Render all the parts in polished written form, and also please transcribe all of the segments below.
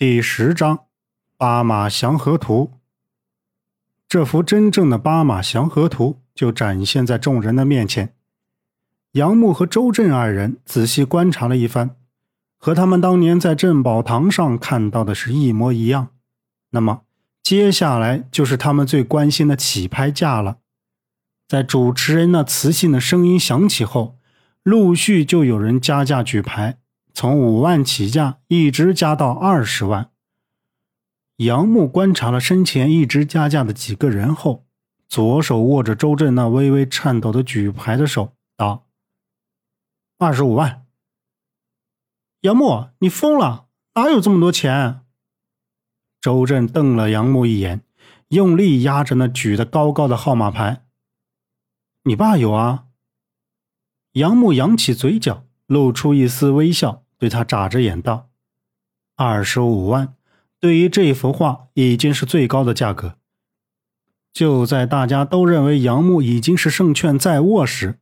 第10章巴马祥和图。这幅真正的巴马祥和图就展现在众人的面前。杨牧和周震二人仔细观察了一番，和他们当年在镇宝堂上看到的是一模一样。那么接下来就是他们最关心的起拍价了。在主持人那磁性的声音响起后，陆续就有人加价举牌，从5万起价一直加到20万。杨牧观察了身前一直加价的几个人后，左手握着周震那微微颤抖的举牌的手，道：“25万。”杨牧，你疯了，哪有这么多钱？周震瞪了杨牧一眼，用力压着那举得高高的号码牌。你爸有啊？杨牧扬起嘴角，露出一丝微笑，对他眨着眼道：“25万，对于这幅画已经是最高的价格。”就在大家都认为杨牧已经是胜券在握时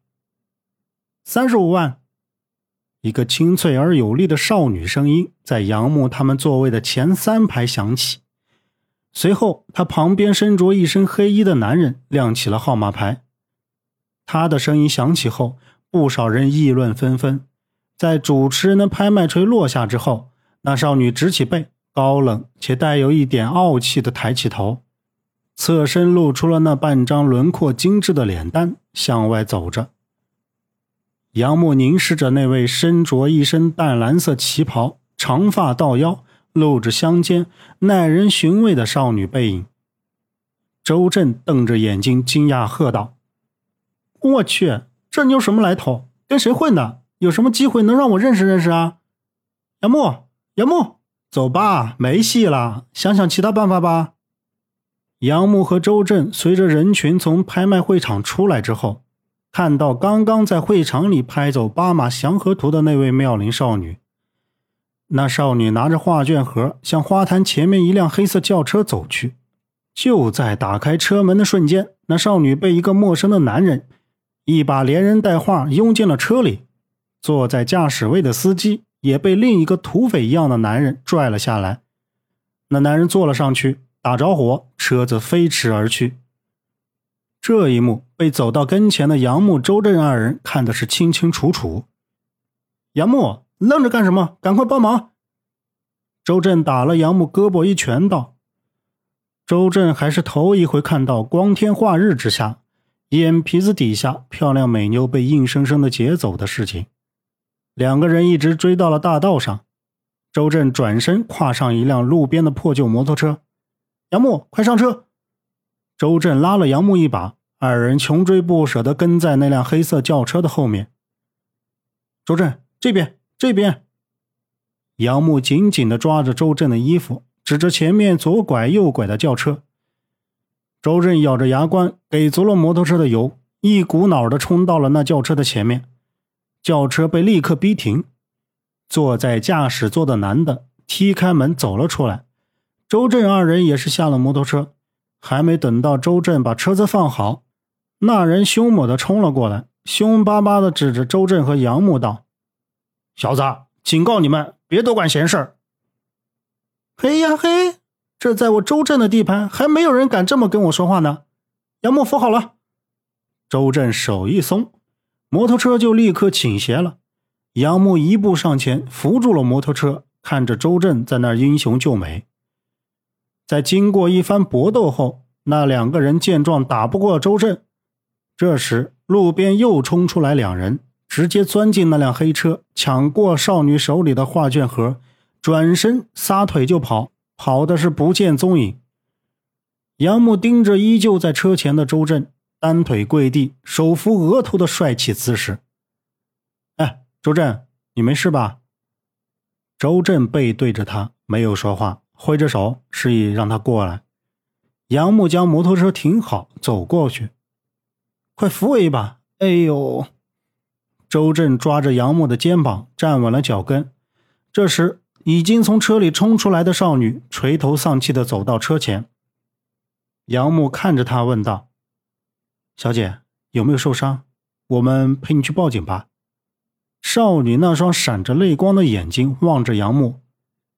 ，35万。一个清脆而有力的少女声音在杨牧他们座位的前3排响起，随后他旁边身着一身黑衣的男人亮起了号码牌。他的声音响起后，不少人议论纷纷。在主持人的拍卖锤落下之后，那少女直起背，高冷且带有一点傲气的抬起头，侧身露出了那半张轮廓精致的脸蛋，向外走着。杨牧凝视着那位身着一身淡蓝色旗袍，长发到腰，露着香肩，耐人寻味的少女背影。周震瞪着眼睛惊讶喝道：“我去，这妞什么来头？跟谁混的？有什么机会能让我认识认识啊？杨牧，杨牧，走吧，没戏了，想想其他办法吧。”杨牧和周震随着人群从拍卖会场出来之后，看到刚刚在会场里拍走巴马祥和图的那位妙龄少女。那少女拿着画卷盒向花坛前面一辆黑色轿车走去。就在打开车门的瞬间，那少女被一个陌生的男人一把连人带画拥进了车里，坐在驾驶位的司机也被另一个土匪一样的男人拽了下来。那男人坐了上去，打着火，车子飞驰而去。这一幕被走到跟前的杨牧、周震二人看的是清清楚楚。杨牧，愣着干什么？赶快帮忙！周震打了杨牧胳膊一拳道。周震还是头一回看到光天化日之下，眼皮子底下漂亮美妞被硬生生的劫走的事情。2个人一直追到了大道上，周震转身跨上一辆路边的破旧摩托车。杨牧，快上车！周震拉了杨牧一把，2人穷追不舍地跟在那辆黑色轿车的后面。周震，这边，这边！杨牧紧紧地抓着周震的衣服，指着前面左拐右拐的轿车。周震咬着牙关，给足了摩托车的油，一股脑地冲到了那轿车的前面。轿车被立刻逼停，坐在驾驶座的男的踢开门走了出来。周震2人也是下了摩托车，还没等到周震把车子放好，那人凶猛地冲了过来，凶巴巴地指着周震和杨牧道：“小子，警告你们，别多管闲事儿。”嘿呀嘿，这在我周震的地盘，还没有人敢这么跟我说话呢。杨牧扶好了。周震手一松，摩托车就立刻倾斜了。杨牧一步上前扶住了摩托车，看着周震在那儿英雄救美。在经过一番搏斗后，那2个人见状打不过周震。这时路边又冲出来2人，直接钻进那辆黑车，抢过少女手里的画卷盒，转身撒腿就跑，跑的是不见踪影。杨牧盯着依旧在车前的周震，单腿跪地，手扶额头的帅气姿势。哎，周震，你没事吧？周震背对着他，没有说话，挥着手示意让他过来。杨牧将摩托车停好，走过去。快扶我一把！哎呦！周震抓着杨牧的肩膀，站稳了脚跟。这时已经从车里冲出来的少女垂头丧气地走到车前。杨牧看着她问道：“小姐，有没有受伤？我们陪你去报警吧。”少女那双闪着泪光的眼睛望着杨牧。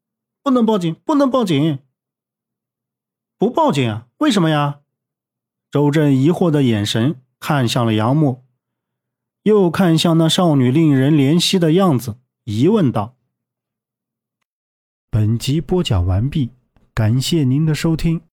不能报警，不能报警！不报警啊？为什么呀？周震疑惑的眼神看向了杨木，又看向那少女令人怜惜的样子，疑问道。本集播讲完毕，感谢您的收听。